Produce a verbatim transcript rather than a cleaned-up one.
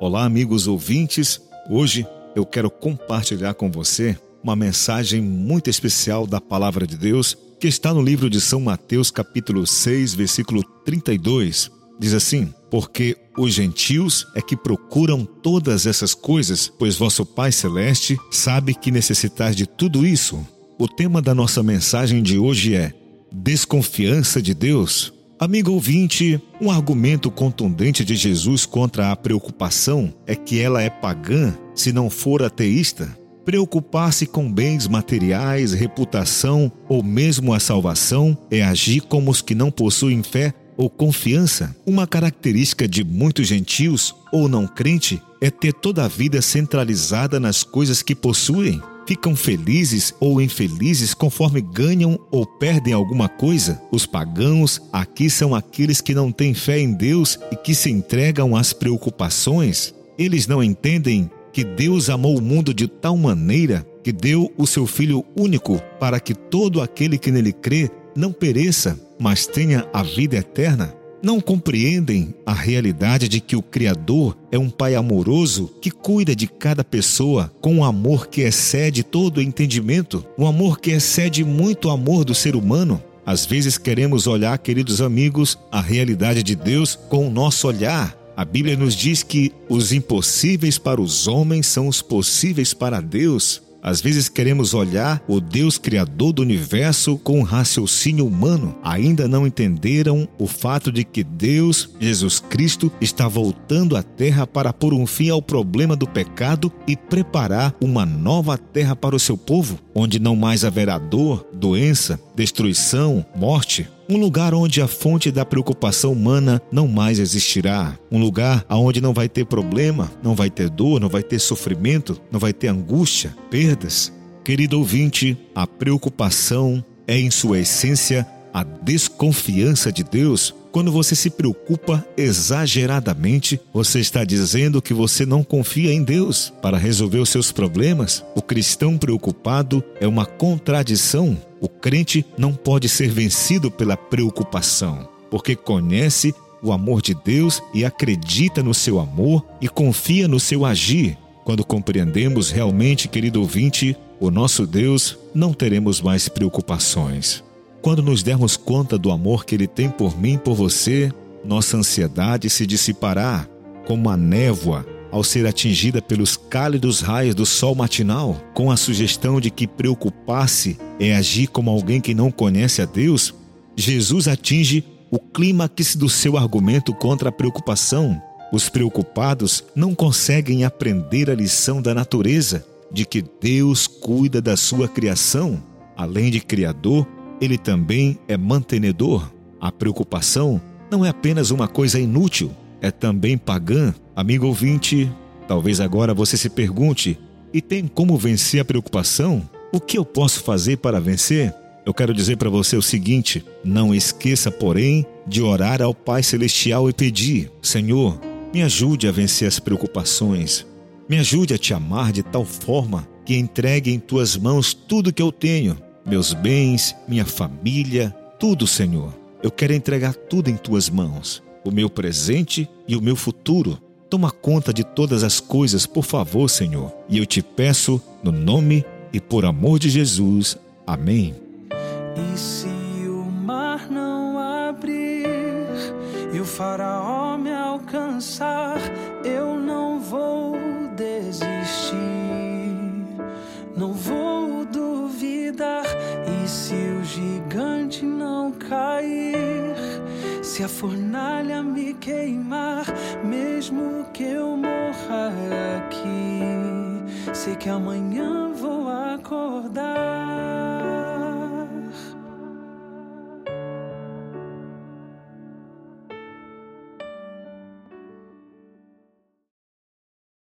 Olá, amigos ouvintes. Hoje eu quero compartilhar com você uma mensagem muito especial da Palavra de Deus que está no livro de São Mateus, capítulo seis, versículo trinta e dois. Diz assim: porque os gentios é que procuram todas essas coisas, pois vosso Pai Celeste sabe que necessitais de tudo isso. O tema da nossa mensagem de hoje é desconfiança de Deus. Amigo ouvinte, um argumento contundente de Jesus contra a preocupação é que ela é pagã se não for ateísta. Preocupar-se com bens materiais, reputação ou mesmo a salvação é agir como os que não possuem fé ou confiança. Uma característica de muitos gentios ou não crente é ter toda a vida centralizada nas coisas que possuem. Ficam felizes ou infelizes conforme ganham ou perdem alguma coisa. Os pagãos aqui são aqueles que não têm fé em Deus e que se entregam às preocupações. Eles não entendem que Deus amou o mundo de tal maneira que deu o seu Filho único para que todo aquele que nele crê não pereça, mas tenha a vida eterna. Não compreendem a realidade de que o Criador é um Pai amoroso que cuida de cada pessoa com um amor que excede todo o entendimento, um amor que excede muito o amor do ser humano. Às vezes queremos olhar, queridos amigos, a realidade de Deus com o nosso olhar. A Bíblia nos diz que os impossíveis para os homens são os possíveis para Deus. Às vezes queremos olhar o Deus Criador do universo com um raciocínio humano. Ainda não entenderam o fato de que Deus, Jesus Cristo, está voltando à terra para pôr um fim ao problema do pecado e preparar uma nova terra para o seu povo, onde não mais haverá dor, doença, destruição, morte. Um lugar onde a fonte da preocupação humana não mais existirá. Um lugar onde não vai ter problema, não vai ter dor, não vai ter sofrimento, não vai ter angústia, perdas. Querido ouvinte, a preocupação é em sua essência a desconfiança de Deus. Quando você se preocupa exageradamente, você está dizendo que você não confia em Deus para resolver os seus problemas. O cristão preocupado é uma contradição. O crente não pode ser vencido pela preocupação, porque conhece o amor de Deus e acredita no seu amor e confia no seu agir. Quando compreendemos realmente, querido ouvinte, o nosso Deus, não teremos mais preocupações. Quando nos dermos conta do amor que Ele tem por mim e por você, nossa ansiedade se dissipará como a névoa ao ser atingida pelos cálidos raios do sol matinal. Com a sugestão de que preocupar-se é agir como alguém que não conhece a Deus, Jesus atinge o clímax do seu argumento contra a preocupação. Os preocupados não conseguem aprender a lição da natureza, de que Deus cuida da sua criação. Além de Criador, Ele também é mantenedor. A preocupação não é apenas uma coisa inútil, é também pagã. Amigo ouvinte, talvez agora você se pergunte: e tem como vencer a preocupação? O que eu posso fazer para vencer? Eu quero dizer para você o seguinte: não esqueça, porém, de orar ao Pai Celestial e pedir: Senhor, me ajude a vencer as preocupações. Me ajude a te amar de tal forma que entregue em tuas mãos tudo que eu tenho, meus bens, minha família, tudo, Senhor. Eu quero entregar tudo em tuas mãos, o meu presente e o meu futuro. Toma conta de todas as coisas, por favor, Senhor. E eu te peço, no nome e por amor de Jesus. Amém. E se o mar não abrir e o faraó me alcançar, eu não vou desistir, não vou duvidar. E se o gigante não cair, se a fornalha me queimar, mesmo que eu morra aqui, sei que amanhã vou acordar.